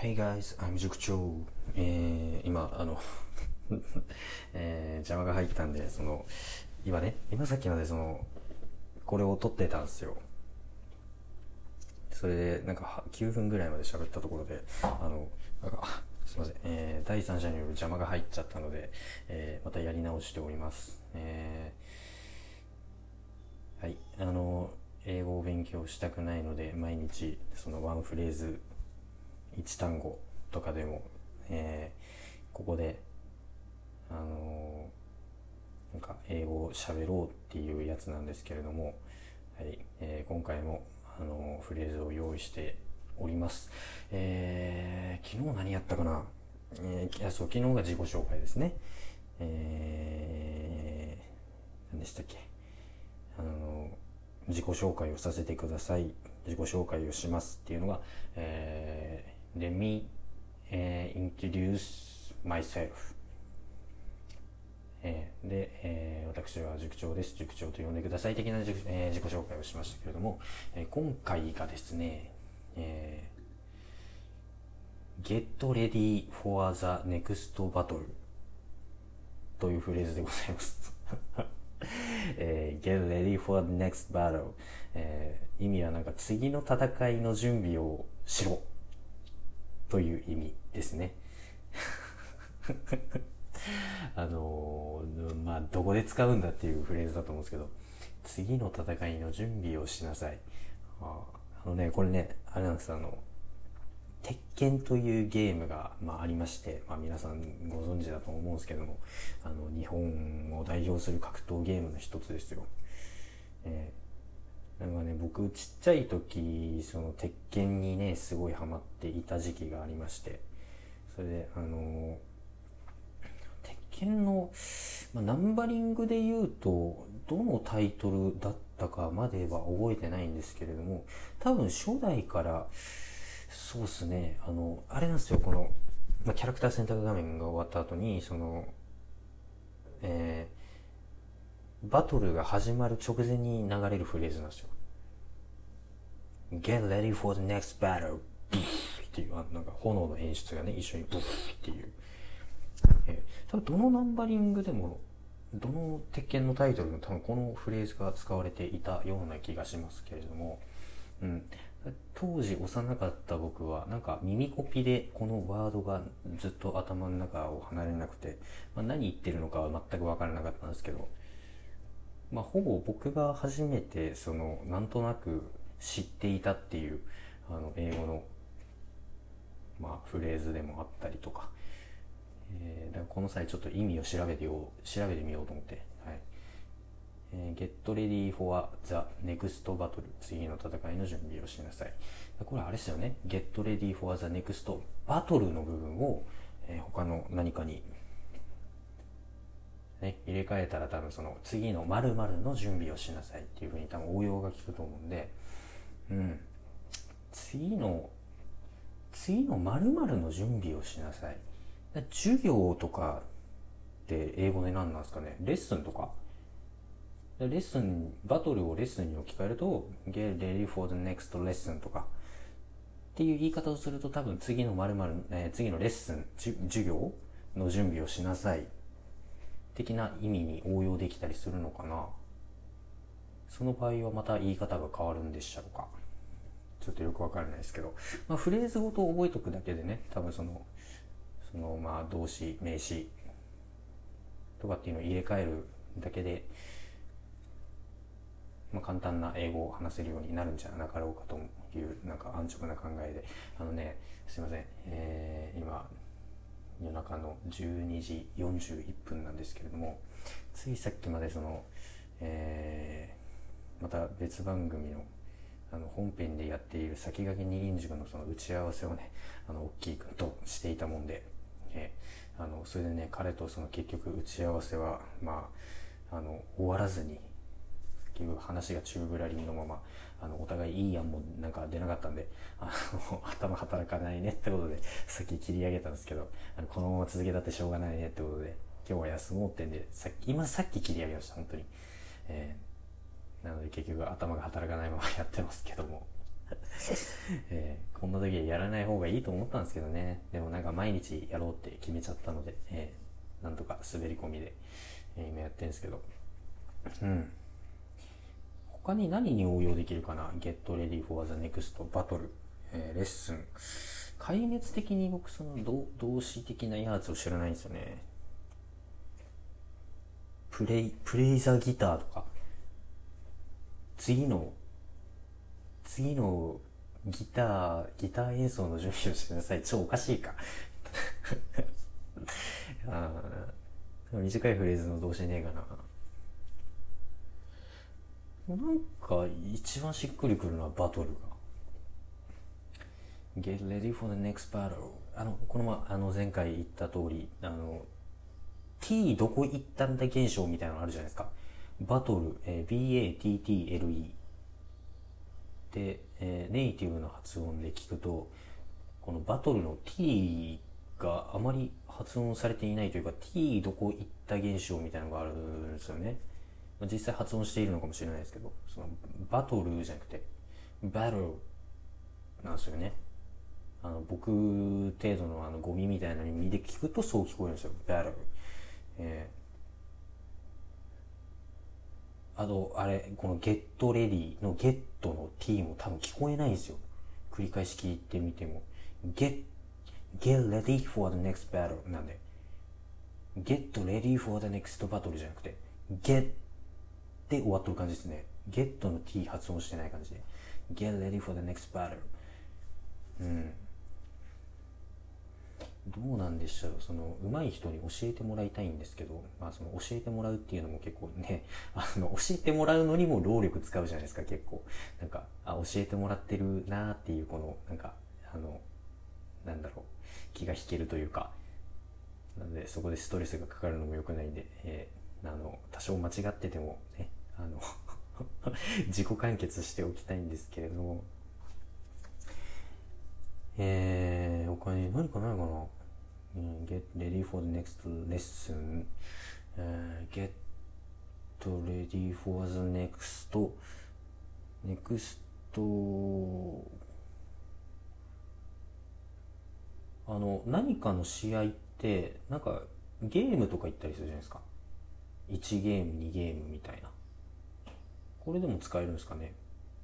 Hey guys, I'm 塾長。今、邪魔が入ったんで、今さっきまでこれを撮ってたんですよ。それで、9分ぐらいまで喋ったところで、すいません、第三者による邪魔が入っちゃったので、またやり直しております。はい、英語を勉強したくないので、毎日、ワンフレーズ、1単語とかでも、ここで英語を喋ろうっていうやつなんですけれども、はい、今回もフレーズを用意しております。昨日何やったかな。昨日が自己紹介ですね。何でしたっけ。自己紹介をさせてください、自己紹介をしますっていうのが、Let me introduce myself。で、私は塾長です。塾長と呼んでください的な自己紹介をしましたけれども、今回がですね、Get ready for the next battle というフレーズでございます。Get ready for the next battle、意味は次の戦いの準備をしろという意味ですね。どこで使うんだっていうフレーズだと思うんですけど、次の戦いの準備をしなさい。これね、あれなんです。鉄拳というゲームが、ありまして、皆さんご存知だと思うんですけども、日本を代表する格闘ゲームの一つですよ。僕ちっちゃい時、鉄拳にね、すごいハマっていた時期がありまして、それで、鉄拳の、ナンバリングで言うと、どのタイトルだったかまでは覚えてないんですけれども、多分初代から、そうっすね、あれなんですよ、キャラクター選択画面が終わった後に、バトルが始まる直前に流れるフレーズなんですよ。Get ready for the next battle っていう、炎の演出がね、一緒にブッっていう。多分どのナンバリングでも、どの鉄拳のタイトルでも多分このフレーズが使われていたような気がしますけれども、当時幼かった僕は耳コピでこのワードがずっと頭の中を離れなくて、何言ってるのかは全く分からなかったんですけど、ほぼ僕が初めてなんとなく知っていたっていう英語のフレーズでもあったりとか、だからこの際ちょっと意味を調べてみようと思って、はい。Get ready for the next battle 次の戦いの準備をしなさい。これあれですよね。Get ready for the next battle の部分を、他の何かに、ね、入れ替えたら多分次の〇〇の準備をしなさいっていう風に多分応用が効くと思うんで、次の〇〇の準備をしなさい。授業とかって英語で何なんですかね。レッスンとか。バトルをレッスンに置き換えると Get ready for the next lesson とかっていう言い方をすると、多分次の〇〇、次のレッスン、授業の準備をしなさい的な意味に応用できたりするのかな。その場合はまた言い方が変わるんでしょうか。ちょっとよくわからないですけど、フレーズごと覚えとくだけでね、多分動詞、名詞とかっていうのを入れ替えるだけで、簡単な英語を話せるようになるんじゃなかろうかという安直な考えで、すいません、今夜中の12時41分なんですけれども、ついさっきまでまた別番組の本編でやっている先駆け二輪塾の打ち合わせをね、大きい君としていたもんで、それでね、彼と結局打ち合わせは終わらずに、結局話が宙ぶらりんのままお互いいい案も出なかったんで、頭働かないねってことでさっき切り上げたんですけど、このまま続けたってしょうがないねってことで今日は休もうってんで、さっき切り上げました。本当に、なので結局頭が働かないままやってますけども、 こんな時はやらない方がいいと思ったんですけどね。でもなんか毎日やろうって決めちゃったので、なんとか滑り込みで、今やってるんですけど。うん。他に何に応用できるかな？ Get ready for the next battle、レッスン。壊滅的に僕その動詞的なやつを知らないんですよね。プレイザギターとか、次のギター演奏の準備をしてください。超おかしいか。短いフレーズの動詞ねえかな。なんか一番しっくりくるのはバトルが。Get ready for the next battle。この前回言った通り、T どこ行ったんだ現象みたいなのあるじゃないですか。バトル、BATTLE で、ネイティブの発音で聞くと、このバトルの T があまり発音されていないというか、 T どこ行った現象みたいなのがあるんですよね。実際発音しているのかもしれないですけど、そのバトルじゃなくてバトルなんですよね。僕程度のゴミみたいな耳で聞くとそう聞こえるんですよ。バトル。このゲットレディのゲットの T も多分聞こえないんですよ。繰り返し聞いてみても。get ready for the next battle なんで。get ready for the next battle じゃなくて、get で終わっとる感じですね。get の T 発音してない感じで。get ready for the next battle。うん。どうなんでしょう。上手い人に教えてもらいたいんですけど、その教えてもらうっていうのも結構ね、教えてもらうのにも労力使うじゃないですか、結構。なんか、教えてもらってるなーっていう、この、なんか、なんだろう、気が引けるというか、なので、そこでストレスがかかるのも良くないんで、多少間違っててもね、自己完結しておきたいんですけれども、他に何かないかな。Get ready for the next lesson、get ready for the next 何かの試合ってなんかゲームとか言ったりするじゃないですか。1ゲーム2ゲームみたいな。これでも使えるんですかね。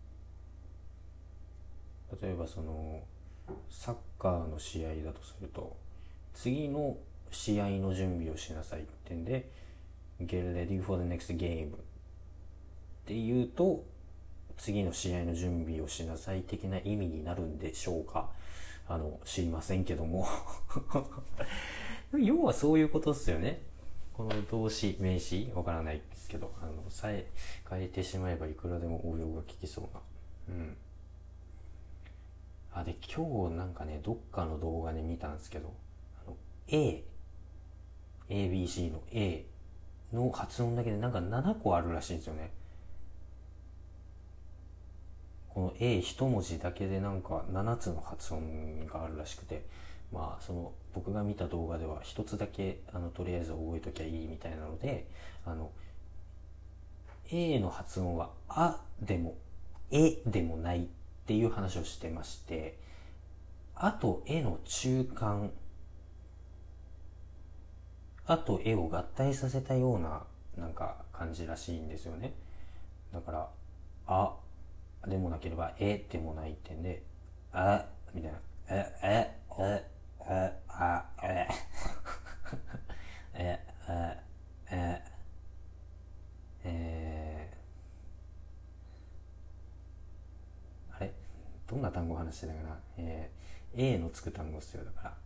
例えばサッカーの試合だとすると、次の試合の準備をしなさいってんで Get ready for the next game っていうと、次の試合の準備をしなさい的な意味になるんでしょうか。知りませんけども要はそういうことですよね。この動詞名詞わからないですけど、さえ変えてしまえばいくらでも応用が効きそうな。で今日なんかね、どっかの動画で見たんですけど、ABC の A の発音だけでなんか7個あるらしいんですよね。この A 一文字だけでなんか7つの発音があるらしくて、僕が見た動画では一つだけとりあえず覚えときゃいいみたいなので、A の発音はあでもえでもないっていう話をしてまして、あとえの中間、あとえを合体させたようななんか感じらしいんですよね。だからあでもなければえでもないってんで、あみたいな、あれどんな単語を話してたかな。A のつく単語っすよ。だから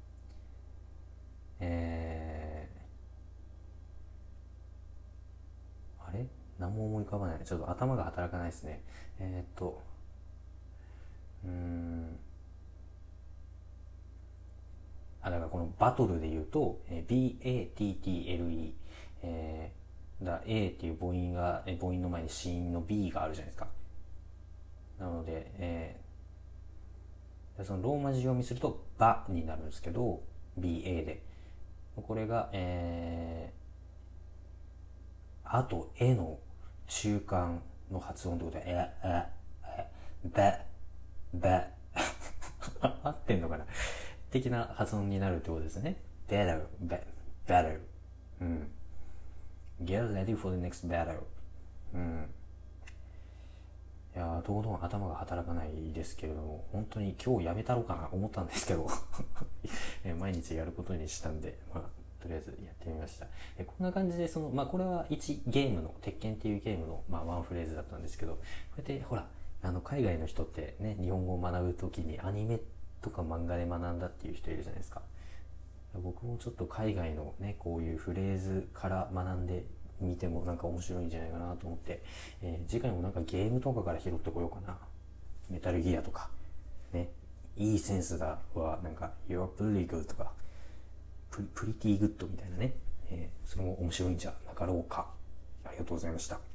あれ何も思い浮かばない。ちょっと頭が働かないですね。だからこのバトルで言うと、BATTLE、A っていう母音の前に子音の B があるじゃないですか。なので、そのローマ字読みするとバになるんですけど、 BA でこれが、あとえの中間の発音ってことで、ば better 合ってんのかな的な発音になるってことですね。better うん。get ready for the next battle うん。いやどうどん頭が働かないですけれども、本当に今日やめたろうかな思ったんですけど毎日やることにしたんで、とりあえずやってみました。こんな感じでこれは1ゲームの鉄拳っていうゲームの、ワンフレーズだったんですけど、こうやってほら海外の人ってね、日本語を学ぶときにアニメとか漫画で学んだっていう人いるじゃないですか。僕もちょっと海外のねこういうフレーズから学んでみてもなんか面白いんじゃないかなと思って、次回もなんかゲームとかから拾ってこようかな。メタルギアとかね、いいセンスだはなんか You're pretty good とかpretty good みたいなね、それも面白いんじゃなかろうか。ありがとうございました。